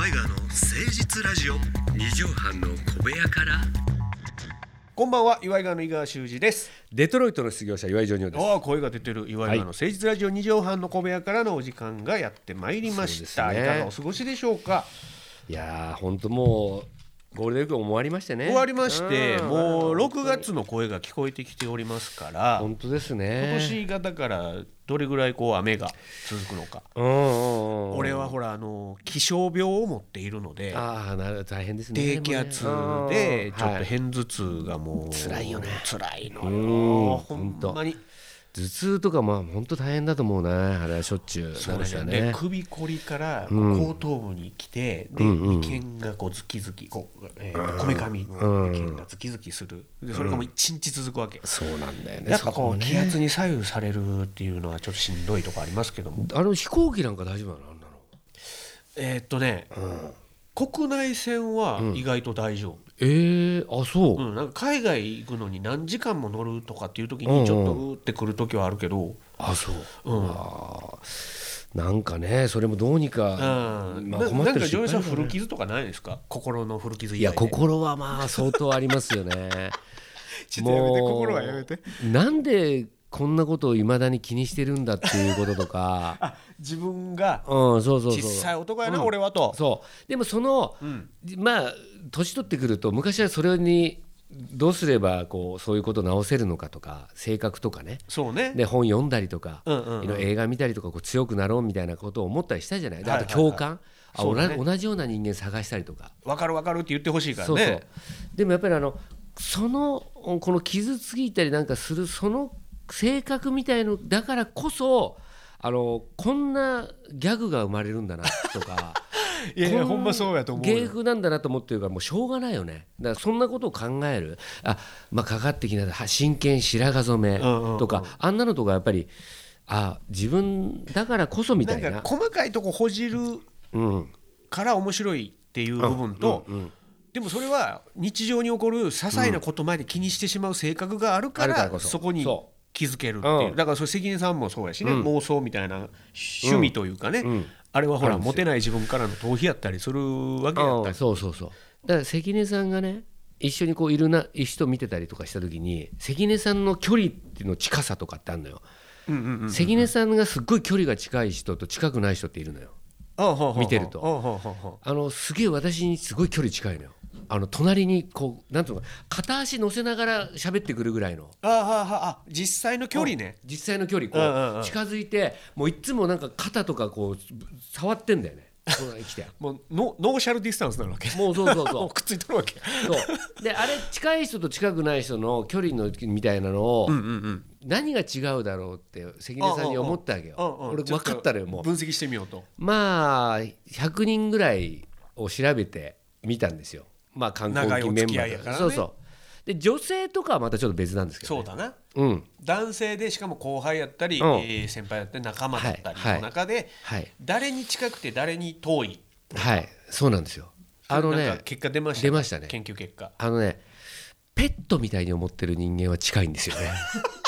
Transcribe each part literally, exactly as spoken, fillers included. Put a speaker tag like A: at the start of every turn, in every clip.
A: 岩井川の誠実ラジオ。
B: 二畳半の小部屋から。
C: こんばんは、岩井川の井川修司です。
B: デトロイトの失業者岩井ジョニオです。
C: ああ、声が出てる岩井川の誠実ラジオ二畳半の小部屋からのお時間がやってまいりました、ね、いかがお過ごしでしょうか。
B: いやー本当もうゴールデンウィークも終わりましてね。
C: 終わりまして、もうろくがつの声が聞こえてきておりますから。
B: 本当ですね。
C: 今年がだからどれぐらいこう雨が続くのか。
B: うんうんうん、
C: 俺はほらあの気象病を持っているので、
B: ああなる大変ですね。
C: 低気圧でちょっと偏頭痛がもう
B: 辛いよね。
C: 辛いのよ。ほんまに。
B: 頭痛とかまあ本当大変だと思うな。あれはしょっちゅう
C: そうですよね。で首こりから後頭部に来て、うん、で眉間がこうズキズキこう、えー、こめかみの眉間がズキズキする。でそれがもう一日続くわけ、うん、
B: そうなんだよね。
C: やっぱこう気圧に左右されるっていうのはちょっとしんどいとこありますけども。
B: あの飛行機なんか大丈夫なの？あんなの
C: えー、っとね、うん、国内線は意外と大丈夫、うん、
B: えー、あそう、
C: うん、なんか海外行くのに何時間も乗るとかっていう時にちょっとうってくる時はあるけど、うんうん、
B: あそう、
C: うん、
B: あなんかねそれもどうにか、
C: うんまあ、困ってるし、なんか上司さん古傷とかないですか？心の古傷以外で。
B: いや心はまあ相当ありますよね
C: ちょっとやめて、心はやめて。
B: なんでこんなことをいまだに気にしてるんだっていうこととか
C: あ自分が小さい男やな、
B: うん、
C: 俺はと。
B: そうでもその、うん、まあ年取ってくると昔はそれにどうすればこうそういうことを直せるのかとか性格とかね、
C: そうね、
B: で本読んだりとか、うんうんうん、映画見たりとかこう強くなろうみたいなことを思ったりしたじゃない。であと共感、はいはいはい、あ、ね、同じような人間探したりとか
C: 分かる分かるって言ってほしいからね。
B: そうそうでもやっぱりあのそのこの傷ついたりなんかするその性格みたいのだからこそあのこんなギャグが生まれるんだなとか
C: いやいやほんまそうやと思うよ。
B: 芸風なんだなと思ってるからもうしょうがないよね。だからそんなことを考えるあ、まあ、かかってきな真剣白髪染めとか、うんうんうん、あんなのとかやっぱりあ自分だからこそみたいな、
C: なんか細かいとこほじるから面白いっていう部分と、うんうんうん、でもそれは日常に起こる些細なことまで気にしてしまう性格があるから、うん、そこに気づけるっていう、うん、だからそれ関根さんもそうやしね、うん、妄想みたいな趣味というかね、うんうん、あれはほらモテない自分からの逃避やったりするわけやったり、
B: そうそうそう。だから関根さんがね一緒にこういるな人見てたりとかした時に関根さんの距離っていうの近さとかってあるのよ、うんうんうんうん、関根さんがすっごい距離が近い人と近くない人っているのよ。見てるとあのすげえ私にすごい距離近いのよ。あの隣にこうなんていうの片足乗せながら喋ってくるぐらいの
C: あああ実際の距離ね。
B: 実際の距離こう近づいてもういつもなんか肩とかこう触ってんだよね。来て
C: もう ノ, ノーシャルディスタンスなわけ。
B: もうそうそうそう
C: もうくっついてるわけ。
B: そうであれ近い人と近くない人の距離のみたいなのを、うんうんうん、何が違うだろうって関根さんに思ったわけよ。俺分かったのよ。もう
C: 分析してみようと。
B: まあひゃくにんぐらいを調べてみたんですよ。まあ観光機メンバーとか、ね、そうそうで女性とかはまたちょっと別なんですけど、ね、
C: そうだな、
B: うん、
C: 男性でしかも後輩やったり、うんえー、先輩やったり仲間だったりの中で、はいはい、誰に近くて誰に遠い、
B: はい、そうなんですよ。あのね
C: 結果出ました、
B: 出ましたね。
C: 研究結果
B: あのねペットみたいに思ってる人間は近いんですよね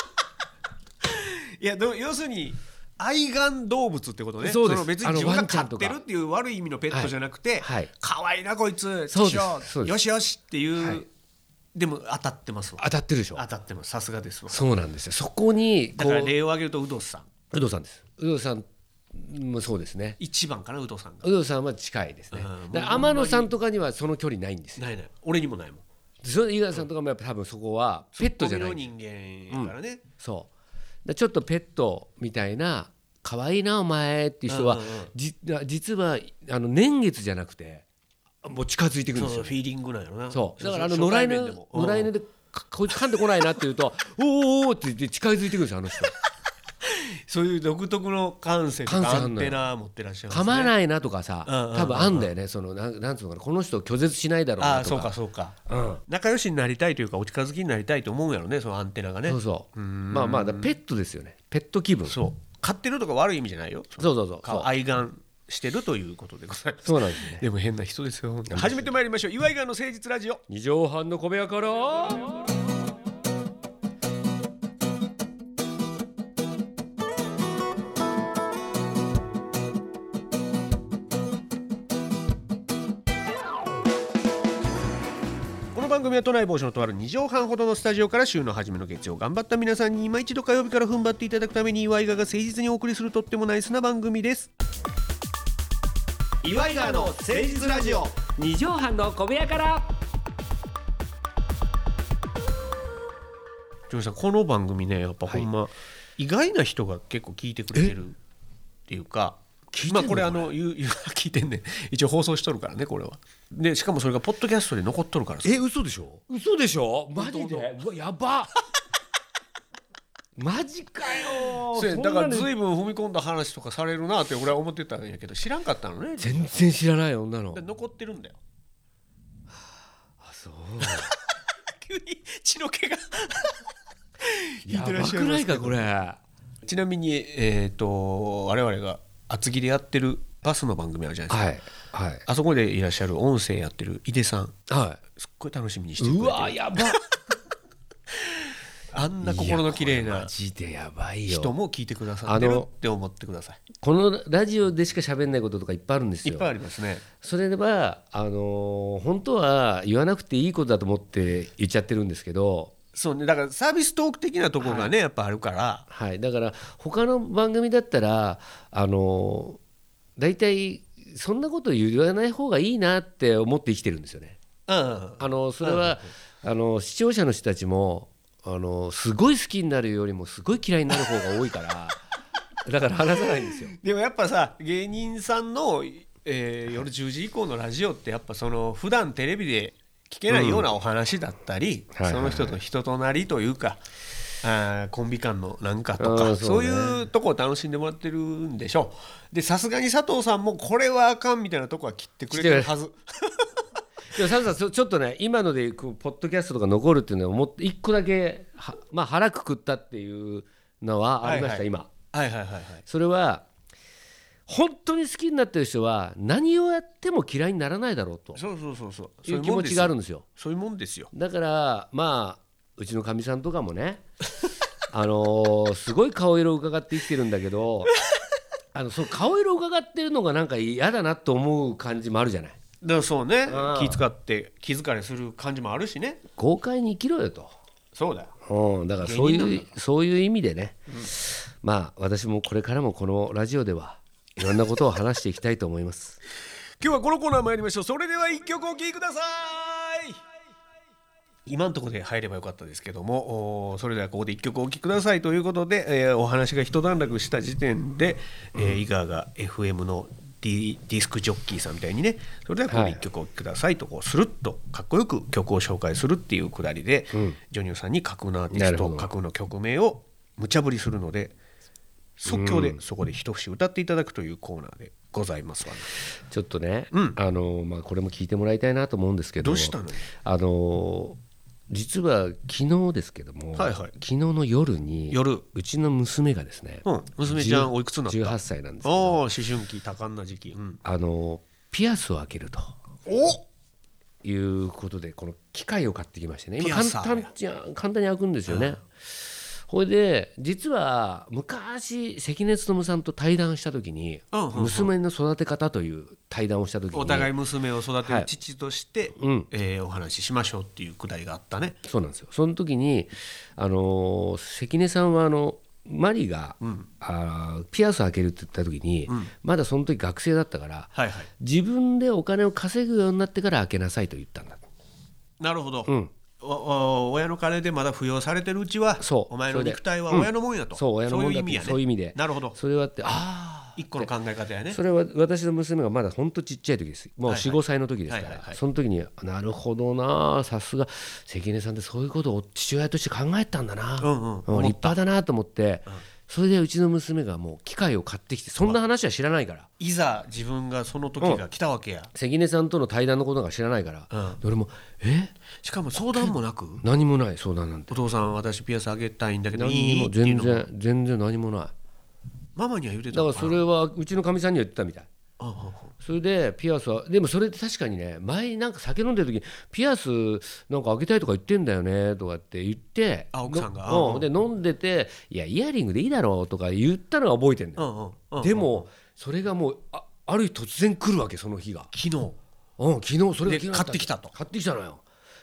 C: いや要するに愛玩動物ってことね。
B: そうです。
C: その別に自分が飼ってるっていう悪い意味のペットじゃなくて、はいはい、可愛いなこいつ
B: そうです
C: よしよしっていう、はい、でも当たってますわ。
B: 当たってるでしょ。
C: 当たってます。さすがですわ。
B: そうなんですよ。そこに
C: だから例を挙げると有働さん
B: 有働さんです。有働さんもそうですね。
C: 一番かな有働さんが。
B: 有働さんは近いですね。だから天野さんとかにはその距離ないんですよ。
C: ないない俺にもないもん。
B: その井川さんとかもやっぱ多分そこはペットじゃない。
C: ツッコミの人間やからね、うん、
B: そうだちょっとペットみたいな可愛いなお前っていう人は、うんうんうん、じ実はあの年月じゃなくてもう近づいてくるんですよ。
C: そうフィーリングなんやろな。
B: そうだからあの野良犬野良犬でこいつ噛んでこないなって言うとおーおーって言って近づいてくるんですよあの人
C: そういう独特の感性とかアンテナ持ってらっしゃいますね。
B: 噛まないなとかさ、うんうんうんうん、多分あんだよね。そのななんつうのかなこの人拒絶しないだろうなとか。
C: あそうかそうか、うん、仲良しになりたいというかお近づきになりたいと思うんやろねそのアンテナがね。
B: そうそうまあまあペットですよね。ペット気分。
C: そう飼ってるとか悪い意味じゃないよ。
B: そうそうそうそう
C: 愛玩してるということでございます。
B: そうなんですね。
C: でも変な人ですよ。始めてまいりましょう。岩井川の誠実ラジオ
B: 二畳半の小部屋から
C: 番組は都内某所のとあるにじょうはんほどのスタジオから週の初めの月曜頑張った皆さんに今一度火曜日から踏ん張っていただくために岩井川が誠実にお送りするとってもナイスな番組です。岩井川の誠実ラジオ
B: にじょうはんの小部屋から。
C: ジョニーさん、この番組ねやっぱほんま、はい、意外な人が結構聞いてくれてるっていうか、まあこれあの言う言う聞いてんねん、一応放送しとるからねこれは。でしかもそれがポッドキャストで残っとるからさ。
B: え嘘でしょ嘘でしょマジで。うわやばマジかよ。
C: そだから随分踏み込んだ話とかされるなって俺は思ってたんやけど知らんかったのね。
B: 全然知らないよ女の。
C: 残ってるんだよ。
B: あそう
C: 急に血の気が
B: やばくないかこれ。
C: ちなみにえっと我々が厚木でやってるバスの番組あるじゃないですか、はいはい、あそこでいらっしゃる音声やってる井出さん、はい、すっごい楽しみにしてくれてる。
B: うわやば
C: あんな心の綺麗な人も聞いてくださってるって思ってください。
B: このラジオでしか喋んないこととかいっぱいあるんですよ。
C: いっぱいありますね。
B: それではあのー、本当は言わなくていいことだと思って言っちゃってるんですけど、
C: そうね、だからサービストーク的なところがね、はい、やっぱあるから、
B: はい、だから他の番組だったらあのだいたいそんなこと言わない方がいいなって思って生きてるんですよね。うん、あのそれは、うん、あの視聴者の人たちもあのすごい好きになるよりもすごい嫌いになる方が多いからだから話さないんですよ。
C: でもやっぱさ芸人さんの、えー、夜じゅうじ以降のラジオってやっぱその普段テレビで聞けないようなお話だったり、うん、その人と人となりというか、あコンビ間のなんかとか、そうね、そういうとこを楽しんでもらってるんでしょう。でさすがに佐藤さんもこれはあかんみたいなとこは切ってくれてるはず。
B: でも佐藤さんちょっとね今のでポッドキャストとか残るっていうのはもっと一個だけは、まあ、腹くくったっていうのはありました、はいはい、今、はいはいはいはい、それは本当に好きになってる人は何をやっても嫌いにならないだろうと
C: そうそうそうそう
B: いう気持ちがあるんですよ。
C: そういうもんですよ。
B: だからまあうちのかみさんとかもねあのー、すごい顔色を伺って生きてるんだけどあのその顔色を伺ってるのがなんか嫌だなと思う感じもあるじゃない。
C: だからそうね、気遣って気疲れする感じもあるしね。
B: 豪快に生きろよと。
C: そうだよ、
B: うん、だからそういうそういう意味でね、うん、まあ私もこれからもこのラジオではいろんなことを話していきたいと思います
C: 今日はこのコーナー参りましょう。それでは一曲お聴きください。今のところで入ればよかったですけども、それではここで一曲お聴きくださいということで、えー、お話が一段落した時点で、うんえー、井川が エフエム のディ, ディスクジョッキーさんみたいにね、それではここで一曲お聴きくださいとこうスルッとかっこよく曲を紹介するっていうくだりで、うん、ジョニオさんに架空のアーティスト架空の曲名を無茶ぶりするので即興でそこで一節歌っていただくというコーナーでございますわ、ね、
B: ちょっとね、うんあのまあ、これも聞いてもらいたいなと思うんですけど、
C: どうしたの？
B: あの実は昨日ですけども、はいはい、昨日の夜に夜うちの娘がですね、
C: うん、娘ちゃんおいくつになった？
B: じゅうはっさいなんですけど、
C: 思春期多感な時期、うん、
B: あのピアスを開けるとおいうことでこの機械を買ってきましてね、今簡単簡単に開くんですよね、うん、ほいで実は昔関根勤さんと対談した時に、うんうんうん、娘の育て方という対談をした時に
C: お互い娘を育てる父として、はいうんえー、お話ししましょうっていうくだりがあったね。
B: そうなんですよ。その時に、あのー、関根さんはあのマリが、うん、あピアス開けるって言った時に、うん、まだその時学生だったから、はいはい、自分でお金を稼ぐようになってから開けなさいと言ったんだ。
C: なるほど、うん親の金でまだ扶養されてるうちはお前の肉体は親のもんやと、
B: うん、そう親のもんだと、そういう意味やね。そういう意味で。
C: なるほど。
B: それはってあ
C: あ一個の考え方やね。
B: それは私の娘がまだほんとちっちゃい時です。もう よん,ご 歳の時ですから、はいはいはいはい、その時になるほどなさすが関根さんってそういうことを父親として考えたんだな、うんうん、立派だなと思って、うん、それでうちの娘がもう機械を買ってきて、そんな話は知らないから、
C: いざ自分がその時が来たわけや、
B: うん、関根さんとの対談のことが知らないから、うん、俺もえ
C: しかも相談もなく
B: 何もない相談なんて。
C: お父さん私ピアスあげたいんだけど
B: いいっていうの全然全然何もない。
C: ママには言ってた
B: だからそれはうちのかみさんには言ってたみたい。ああそれでピアスはでもそれって確かにね、前なんか酒飲んでる時にピアスなんか開けたいとか言ってんだよねとかって言って、
C: あ奥さんが、
B: うん、で飲んでていやイヤリングでいいだろうとか言ったのは覚えてんだよ、うんうん、でもそれがもう あ, ある日突然来るわけ、その日が
C: 昨日、
B: うん、昨日それが
C: で買ってきたと
B: 買ってきたのよ。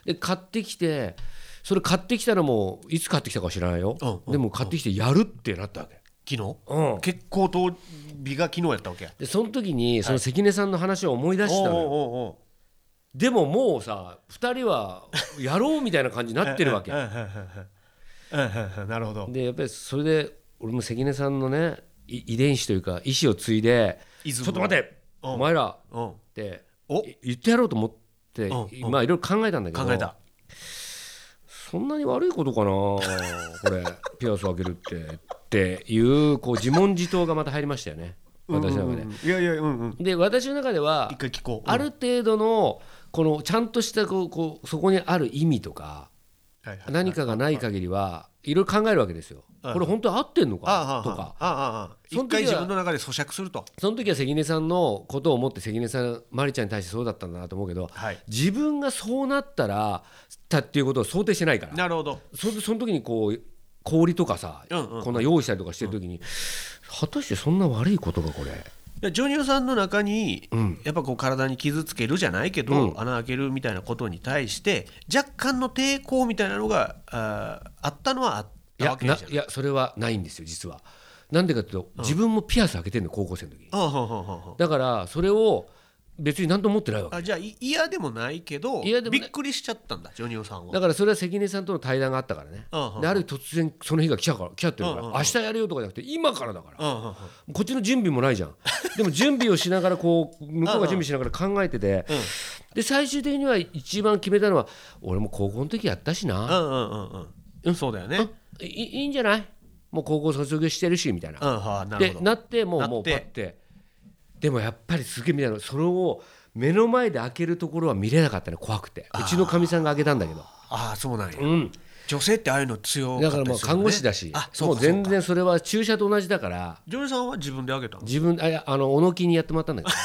B: で買ってきて、それ買ってきたらもういつ買ってきたか知らないよ、うんうん、でも買ってきてやるってなったわけ。
C: 昨日、
B: うん、
C: 結構当日が昨日やったわけや。
B: でその時にその関根さんの話を思い出したのよ、はい、おうおうおう、でももうさふたりはやろうみたいな感じになってるわけ
C: なるほど。
B: でやっぱりそれで俺も関根さんのね遺伝子というか意思を継いで、ちょっと待てお前らって言ってやろうと思って、まあいろいろ考えたんだけど、
C: 考えた。
B: そんなに悪いことかなこれピアスを開けるってっていうこう自問自答がまた入りましたよね、私の中で。
C: いやいや、うんうん、
B: で私の中では
C: 一回聞こう、
B: うん、ある程度のこのちゃんとしたこうこうそこにある意味とか何かがない限りはいろいろ考えるわけですよ。これ本当に合ってんのかとか、
C: 一回自分の中で咀嚼すると。
B: その時は関根さんのことを思って関根さんマリちゃんに対してそうだったんだなと思うけど、はい、自分がそうなったらたっていうことを想定してないから。
C: なるほど。
B: そ, その時にこう氷とかさ、うんうん、こんな用意したりとかしてる時に、うん、果たしてそんな悪いことがこれ。
C: いやジョニオさんの中に、うん、やっぱこう体に傷つけるじゃないけど、うん、穴開けるみたいなことに対して若干の抵抗みたいなのが あ, あったのはあったわけじゃない。
B: いやそれはないんですよ実は。なんでかというと、うん、自分もピアス開けてるの高校生の時に、うん、だからそれを別に何とも思ってないわけ。
C: あじゃあ嫌でもないけどびっくりしちゃったんだジョニオさんは。
B: だからそれは関根さんとの対談があったからね、うんうん、である日突然その日が来ちゃうから来ちゃってるから、うんうん、明日やるよとかじゃなくて今からだから、うんうんうん、こっちの準備もないじゃんでも準備をしながらこう向こうが準備しながら考えてて、うんうん、で最終的には一番決めたのは俺も高校の時やったしな、うんうんうん
C: うん、そうだよね、
B: い, いいんじゃないもう高校卒業してるしみたいな、うんはあ、なるほど。でなってもうもうパッてでもやっぱりすげえみたいなそれを目の前で開けるところは見れなかったね怖くて。うちのかみさんが開けたんだけど。
C: ああそうなんや、うん、女性ってああいうの強かったですよね。
B: だからもう看護師だしもう全然それは注射と同じだから。
C: ジョニーさんは自分で開けたの？
B: 自分ああの小野木にやってもらったんだけど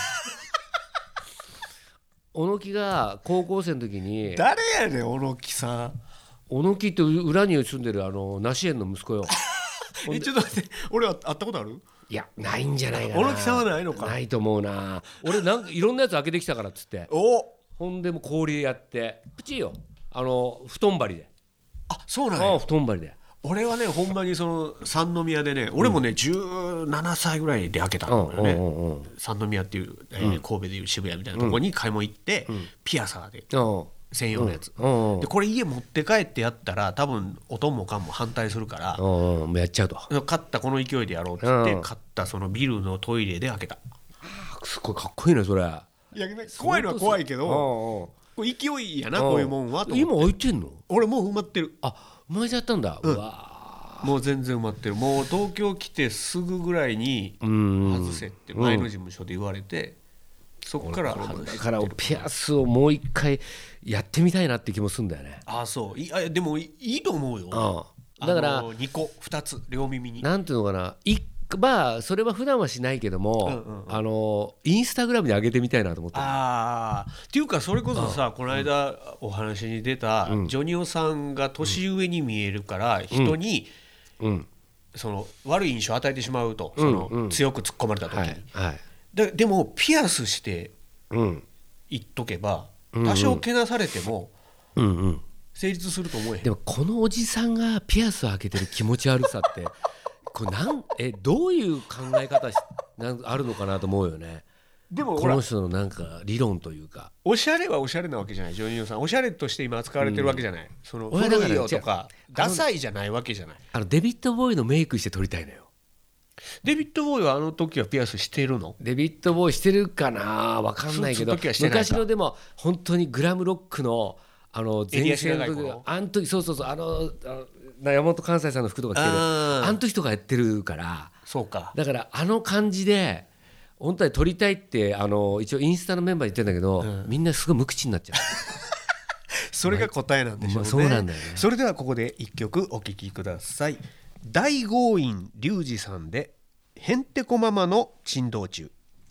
B: 小野木が高校生の時に。
C: 誰やねん小野木さん。
B: 小野木って裏に住んでるあの梨園の息子よ
C: えちょっと待って俺は会ったことある？
B: いやないんじゃないかな。
C: 小野木さんはないのか。
B: ないと思うな。俺なんかいろんなやつ開けてきたからっつっておほんでも氷やってプチよあの布団張りで。
C: あそうなんや。
B: あ布団張りで。俺
C: はねほんまにその三宮でね俺もね、うん、じゅうななさいぐらいで開けたのよね、うんうんうんうん、三宮っていう、えー、神戸でいう渋谷みたいなところに買い物行って、うん、ピアサーで、うん専用のやつ、うんうん、でこれ家持って帰ってやったら多分おとんもおかんも反対するから、
B: うんうん、やっちゃうと
C: 買ったこの勢いでやろうって言って、うん、買ったそのビルのトイレで開けた。
B: すごいかっこいいねそれ。い
C: や怖いのは怖いけどこれ勢いやなこういうもんはと思って。
B: 今開いてんの？
C: 俺もう埋まってる。
B: あ埋まっちゃったんだ、うん、う
C: わもう全然埋まってる。もう東京来てすぐぐらいに外せって前の事務所で言われて、うんそっから
B: だからピアスをもう一回やってみたいなって気もするんだよね。
C: ああそういあでもいいと思うよ。ああだからにこふたつ両耳に
B: なんていうのかなまあそれは普段はしないけども、うんうんうん、あのインスタグラムに上げてみたいなと思って。
C: あっていうかそれこそさこの間お話に出た、うん、ジョニオさんが年上に見えるから、うん、人に、うん、その悪い印象を与えてしまうと、うん、その強く突っ込まれた時に、はいはいで, でもピアスして言っとけば、うん、多少けなされても成立すると思えへん、うんうん、
B: でもこのおじさんがピアスを開けてる気持ち悪さってこれなんえどういう考え方なんあるのかなと思うよね。でもこの人のなんか理論というか
C: おしゃれはおしゃれなわけじゃない。ジョニオさんおしゃれとして今扱われてるわけじゃない、うん、その古いよとかダサいじゃないわけじゃない。
B: あのデビッド・ボーイのメイクして撮りたいのよ。
C: デビッド・ボーイはあの時はピアスしてるの？
B: デビッド・ボーイしてるかな分かんないけど昔のでも本当にグラムロックのあの前線の時あの時そうそうそうあの山本関西さんの服とか着てるあの時とかやってるから
C: そうか
B: だからあの感じで本当に撮りたいってあの一応インスタのメンバー言ってるんだけど、うん、みんなすごい無口になっちゃう
C: それが答えなんでしょうね、まあ、
B: そうなんだよね。
C: それではここでいっきょくお聴きください。大豪院隆二さんでへんてこママの珍道中。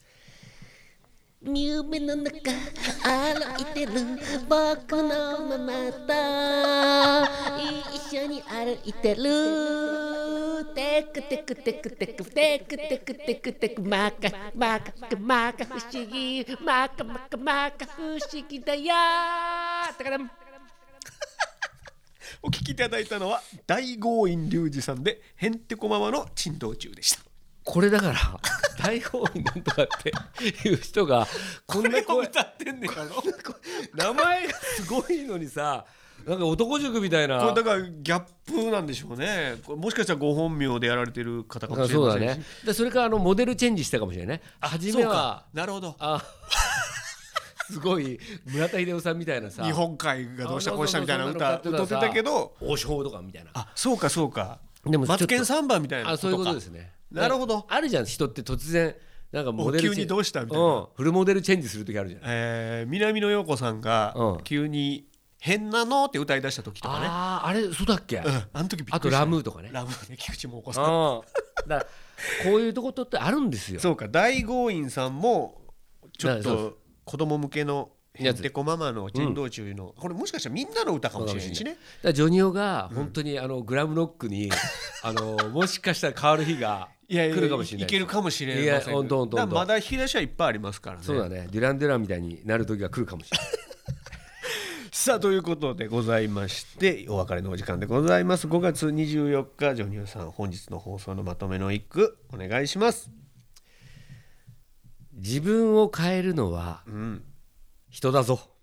D: 夢の中歩いてる僕のママと一緒に歩いてるテクテクテクテクテクテクテクテクマカマカマカ不思議マカマカマカ不思議だよだから
C: お聞きいただいたのは大豪院隆二さんでへんてこママの珍道中でした。
B: これだから大豪院なんとかっていう人がこんな声
C: 歌ってんねんやろ
B: 名前がすごいのにさ、なんか男塾みたいな。
C: これだからギャップなんでしょうね。これもしかしたらご本名でやられてる方かもしれませんし。
B: そうだね。でそれからあのモデルチェンジしたかもしれないね。初めは
C: なるほど、
B: あすごい村田秀夫さんみたいなさ、
C: 日本海がどうしたこうしたみたいな歌歌ってたけど、
B: 王将とかみたいな。
C: あ、そうかそうか。
B: でも
C: マツケンサンバみたいなことか。
B: あ、そういうことですね。
C: なるほど。
B: あるじゃん、人って突然なんかモデル
C: 急にどうしたみたいな、
B: うん、フルモデルチェンジする時あるじゃん。
C: えー、南野陽子さんが急に変なのって歌い出した時とかね。
B: ああ、あれそうだっけ、うん、
C: あの時びっくりした。
B: あとラムーとかね。
C: ラムーね、菊池桃子さん。
B: だからこういうとことってあるんですよ。
C: そうか、大豪院さんもちょっと子供向けのへんてこママの珍道中の、うん、これもしかしたらみんなの歌かもしれないしね。だ
B: からジョニオが本当にあのグラムロックに、うん、あのもしかしたら変わる日が来るかもしれない。
C: いけるかもしれません。だまだ引き出しはいっぱいありますからね。
B: そうだね。デュラン・デュランみたいになる時が来るかもしれない
C: さあということでございまして、お別れのお時間でございます。ごがつにじゅうよっか、ジョニオさん本日の放送のまとめの一句お願いします。
B: 自分を変えるのは人だぞ、うん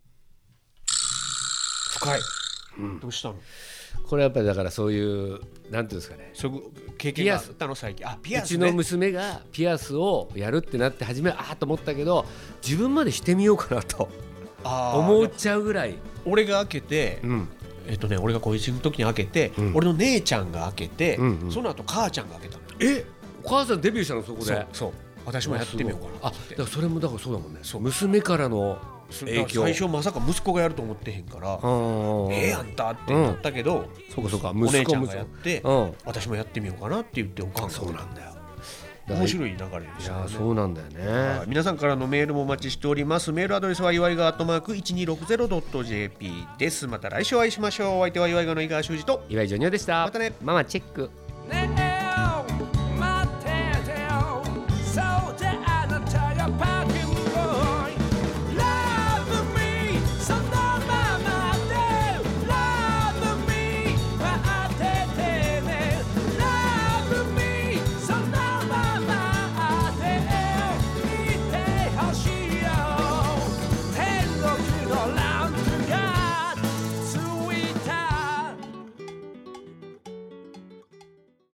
C: 深い、うん、どうしたの。
B: これやっぱりだからそういうなんていうんですかね、
C: そういう経験があったの最近。あ、ピアスね。
B: うちの娘がピアスをやるってなって初めはあーと思ったけど、自分までしてみようかなと思っちゃうぐらい。
C: 俺が開けて、うん、えっとね俺が高一の時に開けて、うん、俺の姉ちゃんが開けて、うんうん、その後母ちゃんが開けたの。
B: え、お母さんデビューしたのそこで。
C: そうそう、私もやってみようかなって。
B: あ、だからそれもだからそうだもんね。娘からの影響。
C: 最初まさか息子がやると思ってへんからええやんたってなったけど、
B: うん、そうかそうか、
C: お姉ちゃんがやって、うん、私もやってみようかなって言ってお母さん。
B: そうなんだよ。
C: 面白い流れでしたね。
B: いやそうなんだよね。
C: 皆さんからのメールもお待ちしております。メールアドレスは祝いがアットマーク いちにろくゼロドットジェーピー です。また来週お会いしましょう。お相手は祝いがの井川修司と
B: 岩井ジョニオでした。
C: またね。
B: ママチェック、ね。